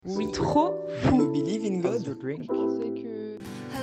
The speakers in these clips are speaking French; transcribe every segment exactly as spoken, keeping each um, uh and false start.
Oui. Trop Do fou. you believe in How's God? your drink? Je pensais que...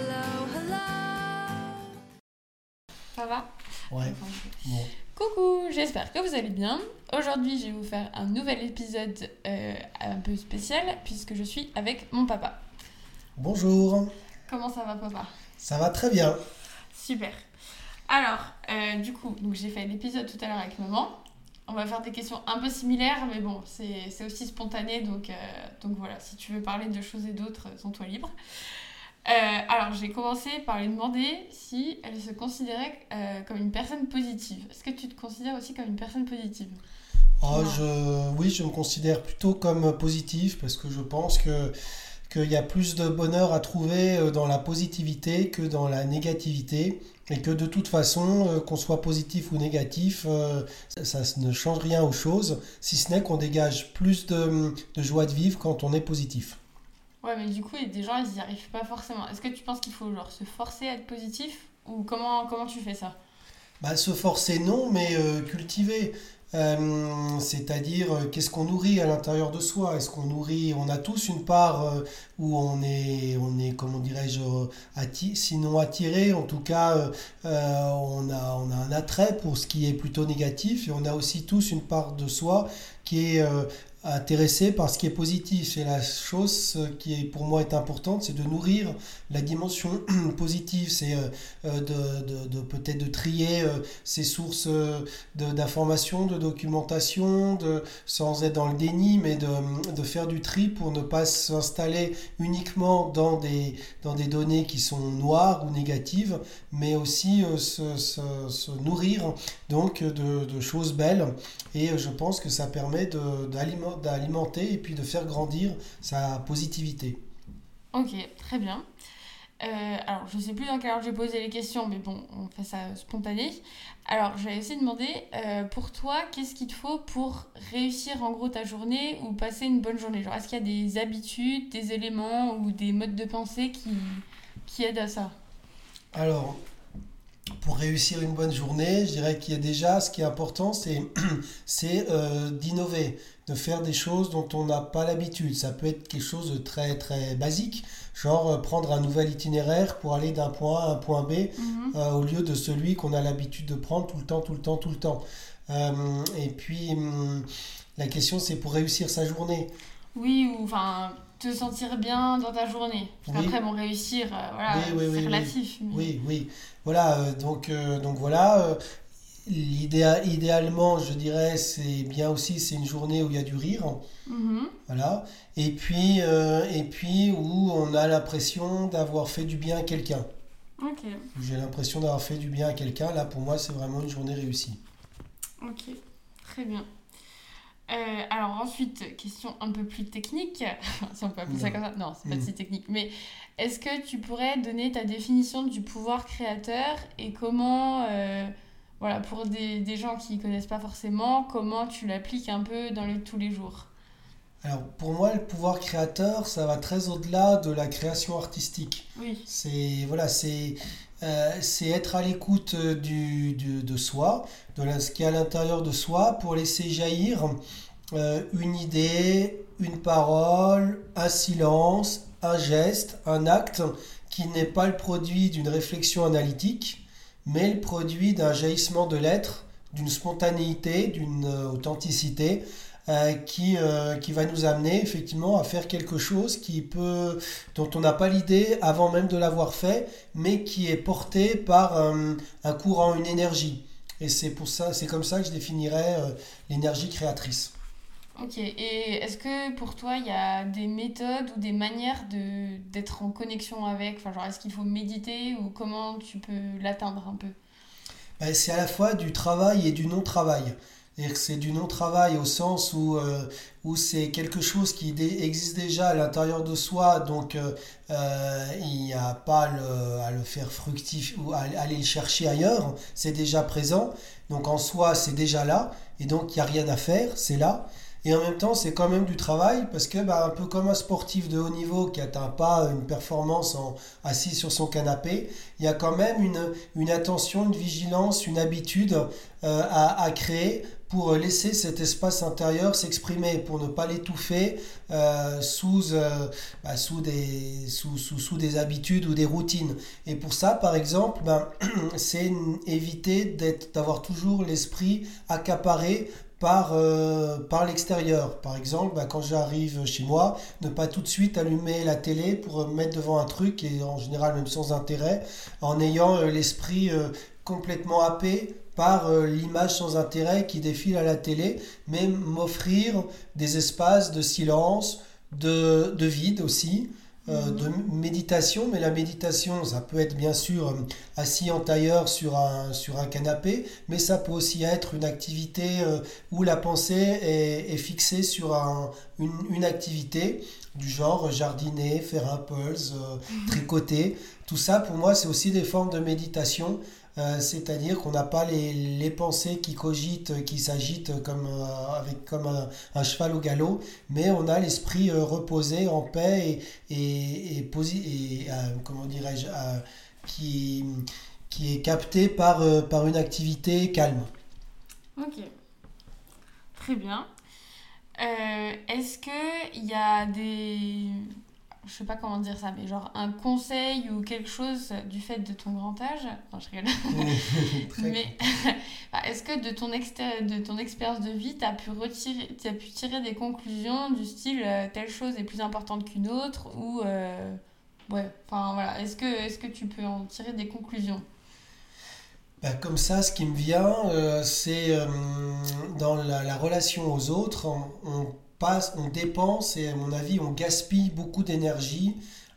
Ça va? Ouais, bon. Coucou, j'espère que vous allez bien. Aujourd'hui, je vais vous faire un nouvel épisode euh, un peu spécial puisque je suis avec mon papa. Bonjour, Comment ça va, papa? ça va très bien. Super. Alors, euh, du coup, donc j'ai fait l'épisode tout à l'heure avec maman. On va faire des questions un peu similaires, mais bon, c'est, c'est aussi spontané, donc, euh, donc voilà, si tu veux parler de choses et d'autres, sens-toi libre. Euh, alors, j'ai commencé par lui demander si elle se considérait euh, comme une personne positive. Est-ce que tu te considères aussi comme une personne positive? Oh, Non. je, oui, je me considère plutôt comme positif parce que je pense que qu'il y a plus de bonheur à trouver dans la positivité que dans la négativité et que de toute façon, euh, qu'on soit positif ou négatif, euh, ça, ça ne change rien aux choses, si ce n'est qu'on dégage plus de, de joie de vivre quand on est positif. Ouais, mais du coup, il y a des gens, ils n'y arrivent pas forcément. Est-ce que tu penses qu'il faut genre se forcer à être positif? Ou comment, comment tu fais ça? Bah, se forcer, non, mais euh, cultiver. Euh, c'est-à-dire, euh, qu'est-ce qu'on nourrit à l'intérieur de soi? Est-ce qu'on nourrit, on a tous une part euh, où on est, on est, comment dirais-je, euh, atti- sinon attiré, en tout cas, euh, euh, on a, on a un attrait pour ce qui est plutôt négatif, et on a aussi tous une part de soi qui est euh, intéressée par ce qui est positif. Et la chose euh, qui est, pour moi est importante, c'est de nourrir la dimension positive, c'est euh, euh, de, de- de- peut-être de trier euh, ces sources euh, de- d'informations, de documentation, de, sans être dans le déni, mais de, de faire du tri pour ne pas s'installer uniquement dans des, dans des données qui sont noires ou négatives, mais aussi euh, se, se- se nourrir donc de, de choses belles. Et euh, je pense que ça permet de- d'aliment- d'alimenter et puis de faire grandir sa positivité. Ok, très bien. Euh, alors, je sais plus dans quelle ordre j'ai posé les questions, mais bon, on fait ça spontané. Alors, je vais aussi demander, euh, pour toi, qu'est-ce qu'il te faut pour réussir en gros ta journée ou passer une bonne journée? Genre, est-ce qu'il y a des habitudes, des éléments ou des modes de pensée qui, qui aident à ça? Alors, pour réussir une bonne journée, je dirais qu'il y a déjà, ce qui est important, c'est c'est euh, d'innover, de faire des choses dont on n'a pas l'habitude. Ça peut être quelque chose de très très basique, genre euh, prendre un nouvel itinéraire pour aller d'un point A à un point B Mhm. euh, au lieu de celui qu'on a l'habitude de prendre tout le temps, tout le temps, tout le temps. Euh, et puis, hum, la question, c'est pour réussir sa journée. Oui, ou enfin, te sentir bien dans ta journée. Parce Oui, qu'après, bon, réussir, euh, voilà, oui, oui, c'est oui, oui. relatif. Mais... Oui, oui. Voilà, euh, donc, euh, donc voilà. euh, l'idéal, idéalement, je dirais, c'est bien aussi, c'est une journée où il y a du rire. Mhm. Voilà. Et puis, euh, et puis où on a l'impression d'avoir fait du bien à quelqu'un. Ok, Où j'ai l'impression d'avoir fait du bien à quelqu'un. Là, pour moi, c'est vraiment une journée réussie. ok, très bien. Euh, alors ensuite, question un peu plus technique, si on peut appeler ça Non. comme ça, non, c'est pas Hmm. si technique, mais est-ce que tu pourrais donner ta définition du pouvoir créateur et comment, euh, voilà, pour des, des gens qui connaissent pas forcément, comment tu l'appliques un peu dans les, tous les jours? Alors, pour moi, le pouvoir créateur, ça va très au-delà de la création artistique. Oui. C'est voilà, c'est euh, c'est être à l'écoute euh, du, du- de soi, de la- ce qui est à l'intérieur de soi, pour laisser jaillir euh, une idée, une parole, un silence, un geste, un acte qui n'est pas le produit d'une réflexion analytique, mais le produit d'un jaillissement de l'être, d'une spontanéité, d'une euh, authenticité. euh, qui, euh, qui va nous amener effectivement à faire quelque chose qui peut, dont on n'a pas l'idée avant même de l'avoir fait, mais qui est porté par euh, un courant, une énergie. Et c'est pour ça, c'est comme ça que je définirais euh, l'énergie créatrice. Ok, et est-ce que pour toi il y a des méthodes ou des manières de, d'être en connexion avec, enfin genre est-ce qu'il faut méditer ou comment tu peux l'atteindre un peu? Ben, c'est à la fois du travail et du non-travail. C'est-à-dire que c'est du non-travail au sens où, euh, où c'est quelque chose qui dé- existe déjà à l'intérieur de soi, donc euh, euh, il n'y a pas le- à le faire fructifier ou à aller le chercher ailleurs, c'est déjà présent, donc en soi c'est déjà là, et donc il n'y a rien à faire, c'est là. Et en même temps, c'est quand même du travail parce que, bah, un peu comme un sportif de haut niveau qui n'atteint pas une performance en, assis sur son canapé, il y a quand même une, une attention, une vigilance, une habitude euh, à, à créer pour laisser cet espace intérieur s'exprimer, pour ne pas l'étouffer euh, sous, euh, bah, sous, des, sous, sous, sous des habitudes ou des routines. Et pour ça, par exemple, ben, c'est éviter d'être, d'avoir toujours l'esprit accaparé par, euh, par l'extérieur. Par exemple, bah, quand j'arrive chez moi, ne pas tout de suite allumer la télé pour me mettre devant un truc, et en général même sans intérêt, en ayant euh, l'esprit euh, complètement happé par euh, l'image sans intérêt qui défile à la télé, mais m'offrir des espaces de silence, de, de vide aussi, euh, de méditation. Mais la méditation, ça peut être bien sûr euh, assis en tailleur sur un, sur un canapé, mais ça peut aussi être une activité euh, où la pensée est, est fixée sur un, une, une activité du genre jardiner, faire un pulse, euh, tricoter. Tout ça, pour moi, c'est aussi des formes de méditation. Euh, c'est-à-dire qu'on n'a pas les, les pensées qui cogitent, qui s'agitent comme, euh, avec, comme un, un cheval au galop, mais on a l'esprit euh, reposé, en paix et, et, et, posi- et euh, comment dirais-je, euh, qui, qui est capté par, euh, par une activité calme. Ok, très bien. Euh, est-ce qu'il y a des... Je sais pas comment dire ça, mais genre un conseil ou quelque chose du fait de ton grand âge. Non, je rigole. Très Mais bah, est-ce que de ton, exté- de ton expérience de vie, tu as pu retirer, t'as pu tirer des conclusions du style euh, telle chose est plus importante qu'une autre ou euh, ouais, enfin voilà. Est-ce que, est-ce que tu peux en tirer des conclusions? Ben, comme ça, ce qui me vient, euh, c'est euh, dans la, la relation aux autres, on, on passe, on dépense et à mon avis, on gaspille beaucoup d'énergie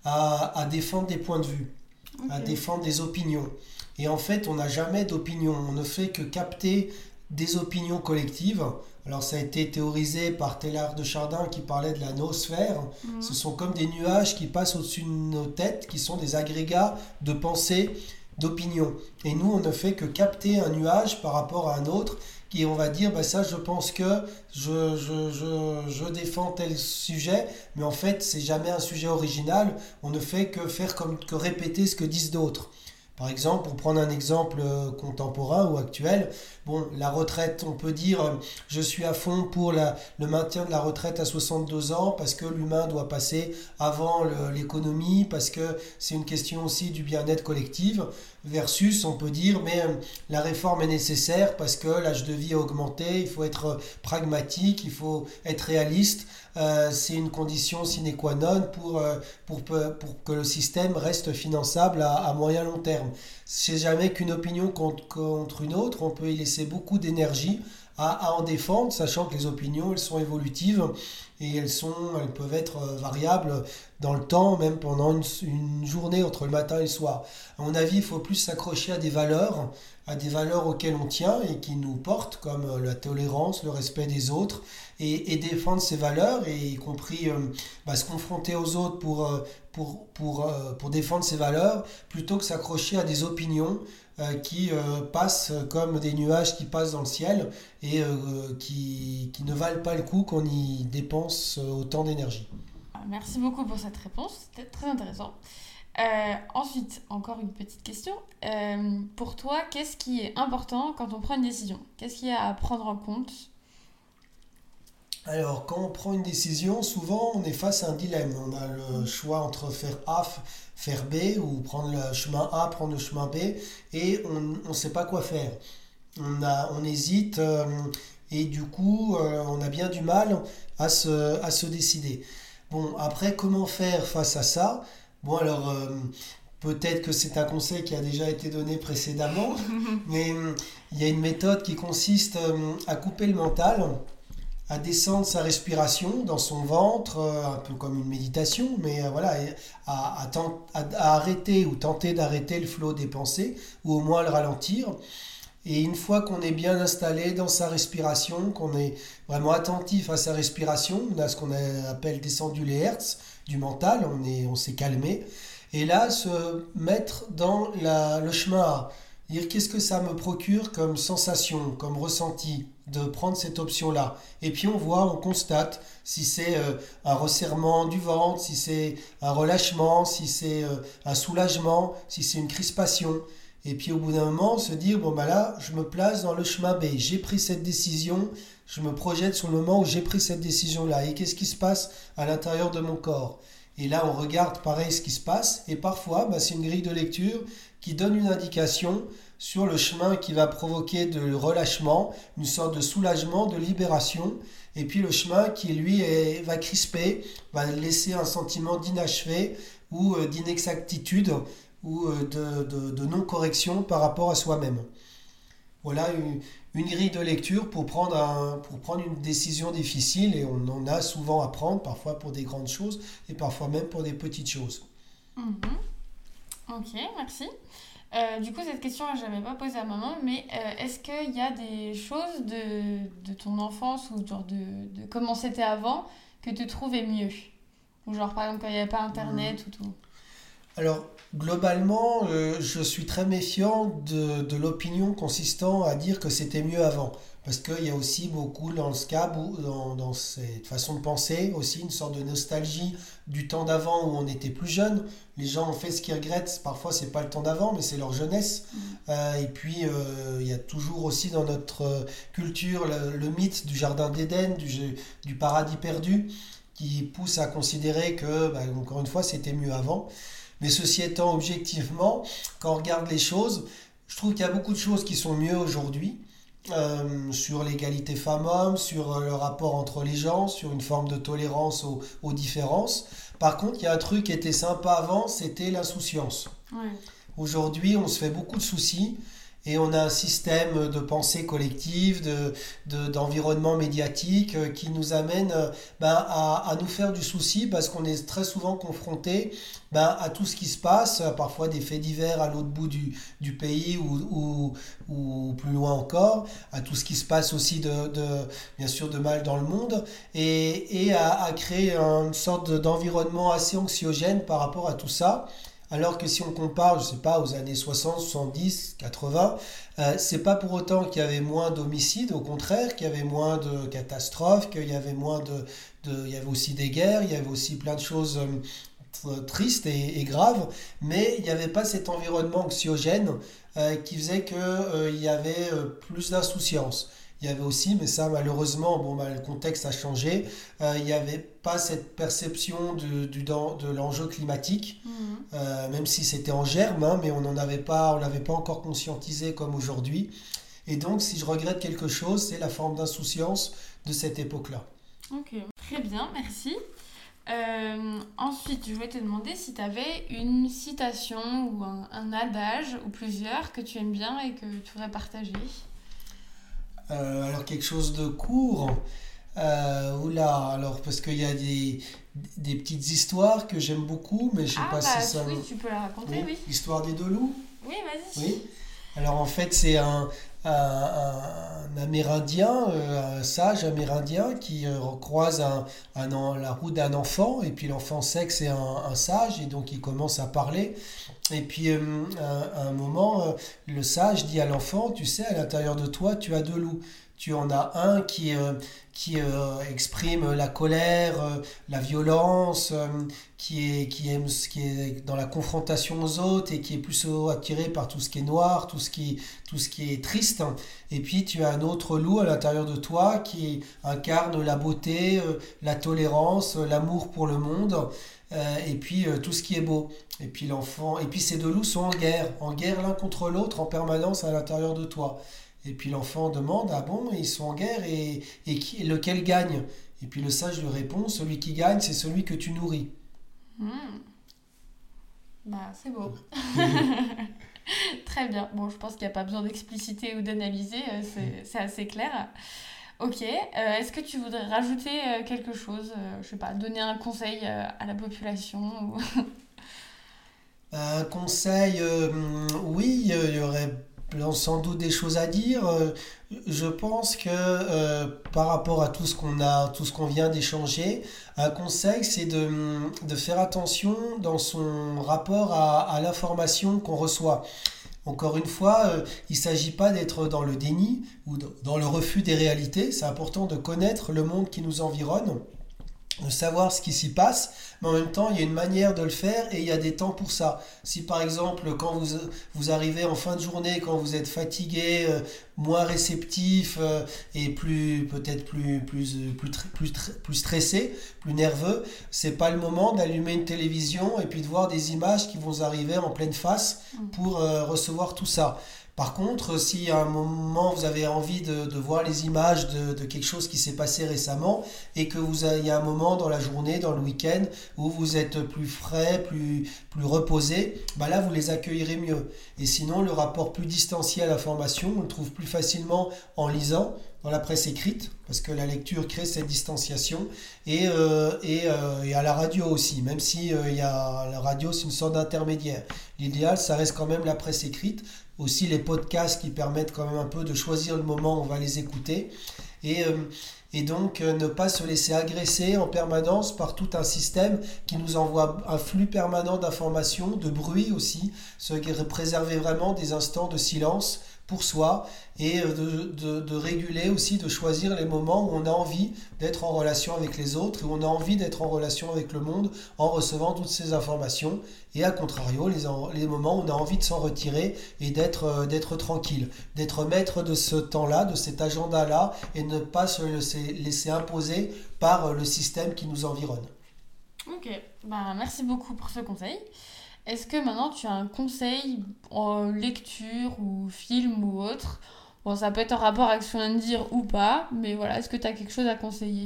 à, à défendre des points de vue, à Ok. défendre des opinions. Et en fait, on n'a jamais d'opinion. On ne fait que capter des opinions collectives. Alors, ça a été théorisé par Teilhard de Chardin qui parlait de la noosphère. Ce Mhm. sont comme des nuages qui passent au-dessus de nos têtes, qui sont des agrégats de pensée, d'opinion. Et nous, on ne fait que capter un nuage par rapport à un autre, qui on va dire, bah ça, je pense que je, je, je, je défends tel sujet, mais en fait, c'est jamais un sujet original. On ne fait que faire comme que répéter ce que disent d'autres. Par exemple, pour prendre un exemple euh, contemporain ou actuel, bon, la retraite, on peut dire, euh, je suis à fond pour la, le maintien de la retraite à soixante-deux ans parce que l'humain doit passer avant le- l'économie, parce que c'est une question aussi du bien-être collectif, versus on peut dire, mais euh, la réforme est nécessaire parce que l'âge de vie a augmenté, il faut être pragmatique, il faut être réaliste. Euh, c'est une condition sine qua non pour, euh, pour, peu- pour que le système reste finançable à, à moyen long terme. C'est jamais qu'une opinion contre, contre une autre, on peut y laisser beaucoup d'énergie à, à en défendre, sachant que les opinions, elles sont évolutives et elles, sont, elles peuvent être euh, variables dans le temps, même pendant une, une journée entre le matin et le soir. À mon avis, il faut plus s'accrocher à des valeurs, à des valeurs auxquelles on tient et qui nous portent, comme euh, la tolérance, le respect des autres, et, et défendre ces valeurs, et y compris euh, bah, se confronter aux autres pour, euh, pour, pour, euh, pour défendre ces valeurs, plutôt que s'accrocher à des opinions euh, qui euh, passent comme des nuages qui passent dans le ciel et euh, qui, qui ne valent pas le coup qu'on y dépense autant d'énergie. Merci beaucoup pour cette réponse, c'était très intéressant. Euh, ensuite, encore une petite question. Euh, pour toi, qu'est-ce qui est important quand on prend une décision? Qu'est-ce qu'il y a à prendre en compte? Alors, quand on prend une décision, souvent on est face à un dilemme. On a le choix entre faire A, faire B, ou prendre le chemin A, prendre le chemin B, et on ne sait pas quoi faire. On, a, on hésite, euh, et du coup, euh, on a bien du mal à se, à se décider. Bon, après, comment faire face à ça? Bon, alors, euh, peut-être que c'est un conseil qui a déjà été donné précédemment, mais euh, il y a une méthode qui consiste euh, à couper le mental, à descendre sa respiration dans son ventre, euh, un peu comme une méditation, mais euh, voilà, et à, à, tent- à- à arrêter ou tenter d'arrêter le flot des pensées, ou au moins le ralentir. Et une fois qu'on est bien installé dans sa respiration, qu'on est vraiment attentif à sa respiration, on a ce qu'on appelle descendu les hertz du mental, on est, on s'est calmé. Et là, se mettre dans la- le chemin A. Dire qu'est-ce que ça me procure comme sensation, comme ressenti de prendre cette option-là. Et puis on voit, on constate si c'est euh, un resserrement du ventre, si c'est un relâchement, si c'est euh, un soulagement, si c'est une crispation. Et puis au bout d'un moment, se dire, bon bah là, je me place dans le chemin B. J'ai pris cette décision, je me projette sur le moment où j'ai pris cette décision-là. Et qu'est-ce qui se passe à l'intérieur de mon corps? Et là, on regarde pareil ce qui se passe. Et parfois, bah, c'est une grille de lecture qui donne une indication sur le chemin qui va provoquer de relâchement, une sorte de soulagement, de libération. Et puis le chemin qui, lui, est, va crisper, va laisser un sentiment d'inachevé ou euh, d'inexactitude ou euh, de, de, de non-correction par rapport à soi-même. Voilà une, une grille de lecture pour prendre, un, pour prendre une décision difficile, et on en a souvent à prendre, parfois pour des grandes choses et parfois même pour des petites choses. Mhm. Ok, merci. Euh, du coup, cette question, je n'avais pas posée à maman, mais euh, est-ce qu'il y a des choses de, de ton enfance ou genre de, de comment c'était avant que tu trouvais mieux? Ou genre, par exemple, quand il n'y avait pas Internet mmh. ou tout? Alors, globalement, euh, je suis très méfiant de, de l'opinion consistant à dire que c'était mieux avant. Parce qu'il y a aussi beaucoup dans le scab, ou dans, dans cette façon de penser, aussi une sorte de nostalgie du temps d'avant où on était plus jeune. Les gens ont fait ce qu'ils regrettent. Parfois, c'est pas le temps d'avant, mais c'est leur jeunesse. Mmh. Euh, et puis, euh, il y a toujours aussi dans notre culture le, le mythe du jardin d'Éden, du, du paradis perdu, qui pousse à considérer que, bah, encore une fois, c'était mieux avant. Mais ceci étant, objectivement, quand on regarde les choses, je trouve qu'il y a beaucoup de choses qui sont mieux aujourd'hui, euh, sur l'égalité femmes-hommes, sur le rapport entre les gens, sur une forme de tolérance aux, aux différences. Par contre, il y a un truc qui était sympa avant, c'était l'insouciance. Ouais. Aujourd'hui, on se fait beaucoup de soucis. Et on a un système de pensée collective, de, de, d'environnement médiatique euh, qui nous amène euh, ben, à, à nous faire du souci parce qu'on est très souvent confronté ben, à tout ce qui se passe, parfois des faits divers à l'autre bout du, du pays ou, ou, ou plus loin encore, à tout ce qui se passe aussi de, de, bien sûr de mal dans le monde et, et à, à créer une sorte d'environnement assez anxiogène par rapport à tout ça. Alors que si on compare, je ne sais pas, aux années soixante, soixante-dix, quatre-vingts, euh, c'est pas pour autant qu'il y avait moins d'homicides, au contraire, qu'il y avait moins de catastrophes, qu'il y avait moins de, de, il y avait aussi des guerres, il y avait aussi plein de choses euh, tristes et, et graves, mais il n'y avait pas cet environnement anxiogène euh, qui faisait qu'il euh, y avait euh, plus d'insouciance. Il y avait aussi, mais ça malheureusement, bon, bah, le contexte a changé, euh, il n'y avait pas cette perception de, du, de l'enjeu climatique, mmh. euh, même si c'était en germe, hein, mais on n'en avait pas, on l'avait pas encore conscientisé comme aujourd'hui. Et donc, si je regrette quelque chose, c'est la forme d'insouciance de cette époque-là. Ok, très bien, merci. Euh, ensuite, je voulais te demander si tu avais une citation ou un, un adage ou plusieurs que tu aimes bien et que tu voudrais partager. Euh, alors quelque chose de court, euh, oula, alors parce qu'il y a des, des petites histoires que j'aime beaucoup, mais je sais ah, pas bah, si ça... Oui, tu peux la raconter, oui. oui. L'histoire des deux loups. Oui, vas-y. Oui. Alors en fait, c'est un, un, un Amérindien, un sage amérindien qui croise un, un, la route d'un enfant, et puis l'enfant sait que c'est un, un sage, et donc il commence à parler. Et puis euh, à un moment, euh, le sage dit à l'enfant, tu sais, à l'intérieur de toi, tu as deux loups. Tu en as un qui, euh, qui euh, exprime la colère, euh, la violence, euh, qui, est, qui, aime, qui est dans la confrontation aux autres et qui est plus attiré par tout ce qui est noir, tout ce qui, tout ce qui est triste. Et puis tu as un autre loup à l'intérieur de toi qui incarne la beauté, euh, la tolérance, euh, l'amour pour le monde. Euh, et puis euh, tout ce qui est beau. Et puis l'enfant, et puis ces deux loups sont en guerre, en guerre l'un contre l'autre en permanence à l'intérieur de toi. Et puis l'enfant demande, ah bon, ils sont en guerre et, et, qui, et lequel gagne? Et puis le sage lui répond, celui qui gagne, c'est celui que tu nourris. Mmh. Bah c'est beau. Très bien. Bon, je pense qu'il n'y a pas besoin d'expliciter ou d'analyser, c'est, c'est assez clair. Ok, euh, est-ce que tu voudrais rajouter euh, quelque chose, euh, je sais pas, donner un conseil euh, à la population ou... Un conseil, euh, oui, il y aurait sans doute des choses à dire. Je pense que euh, par rapport à tout ce qu'on a, tout ce qu'on vient d'échanger, un conseil, c'est de, de faire attention dans son rapport à, à l'information qu'on reçoit. Encore une fois, euh, il ne s'agit pas d'être dans le déni ou dans le refus des réalités. C'est important de connaître le monde qui nous environne. de savoir ce qui s'y passe, mais en même temps, il y a une manière de le faire et il y a des temps pour ça. Si par exemple, quand vous, vous arrivez en fin de journée, quand vous êtes fatigué, euh, moins réceptif euh, et plus peut-être plus, plus, plus, plus, plus stressé, plus nerveux, c'est pas le moment d'allumer une télévision et puis de voir des images qui vont arriver en pleine face pour euh, recevoir tout ça. Par contre, si à un moment vous avez envie de, de voir les images de, de quelque chose qui s'est passé récemment et que vous avez, il y a un moment dans la journée, dans le week-end, où vous êtes plus frais, plus, plus reposé, bah là vous les accueillerez mieux. Et sinon, le rapport plus distancié à l'information, on le trouve plus facilement en lisant dans la presse écrite, parce que la lecture crée cette distanciation, et, euh, et, euh, et à la radio aussi, même si euh, il y a, la radio c'est une sorte d'intermédiaire. L'idéal, ça reste quand même la presse écrite, aussi les podcasts qui permettent quand même un peu de choisir le moment où on va les écouter, et, euh, et donc euh, ne pas se laisser agresser en permanence par tout un système qui nous envoie un flux permanent d'informations, de bruit aussi, ce qui préserver vraiment des instants de silence pour soi et de, de, de réguler aussi, de choisir les moments où on a envie d'être en relation avec les autres, où on a envie d'être en relation avec le monde en recevant toutes ces informations, et à contrario, les, les moments où on a envie de s'en retirer et d'être, d'être tranquille, d'être maître de ce temps-là, de cet agenda-là, et ne pas se laisser, laisser imposer par le système qui nous environne. Ok, bah, merci beaucoup pour ce conseil. Est-ce que maintenant tu as un conseil en lecture ou film ou autre? Bon, ça peut être en rapport avec ce qu'on vient de dire ou pas, mais voilà, est-ce que tu as quelque chose à conseiller?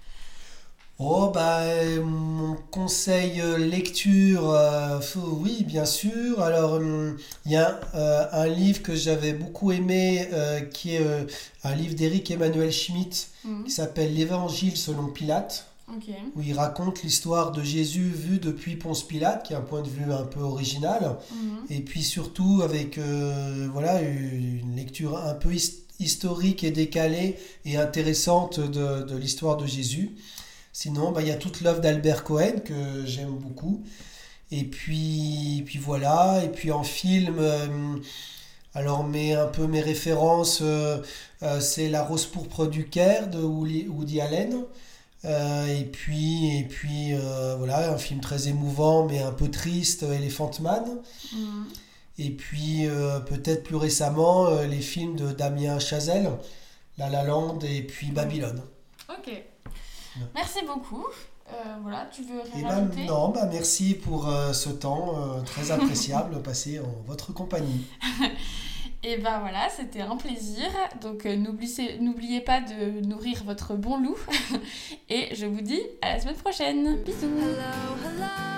Oh, bah, euh, mon conseil euh, lecture, euh, faut- oui, bien sûr. Alors, hum, il y a euh, un livre que j'avais beaucoup aimé, euh, qui est euh, un livre d'Éric Emmanuel Schmitt, qui Mhm. s'appelle L'Évangile selon Pilate, Ok. où il raconte l'histoire de Jésus vu depuis Ponce Pilate, qui est un point de vue un peu original, Mhm. et puis surtout avec euh, voilà, une lecture un peu his- historique et décalée et intéressante de, de l'histoire de Jésus. Sinon, bah, il y a toute l'œuvre d'Albert Cohen que j'aime beaucoup. Et puis, puis voilà. Et puis en film, euh, alors mes, un peu mes références, euh, euh, c'est La Rose pourpre du Caire de Woody, Woody Allen. Euh, et puis, et puis euh, voilà, un film très émouvant mais un peu triste, Elephant Man. Mhm. Et puis euh, peut-être plus récemment, euh, les films de Damien Chazelle, La La Land et puis Ouais. Babylone. Ok. Merci beaucoup. Euh, voilà, tu veux Et rien ben rajouter? non, bah merci pour euh, ce temps euh, très appréciable passé en votre compagnie. Et ben voilà, c'était un plaisir. Donc euh, n'oubliez, n'oubliez pas de nourrir votre bon loup. Et je vous dis à la semaine prochaine. Bisous. Hello, hello.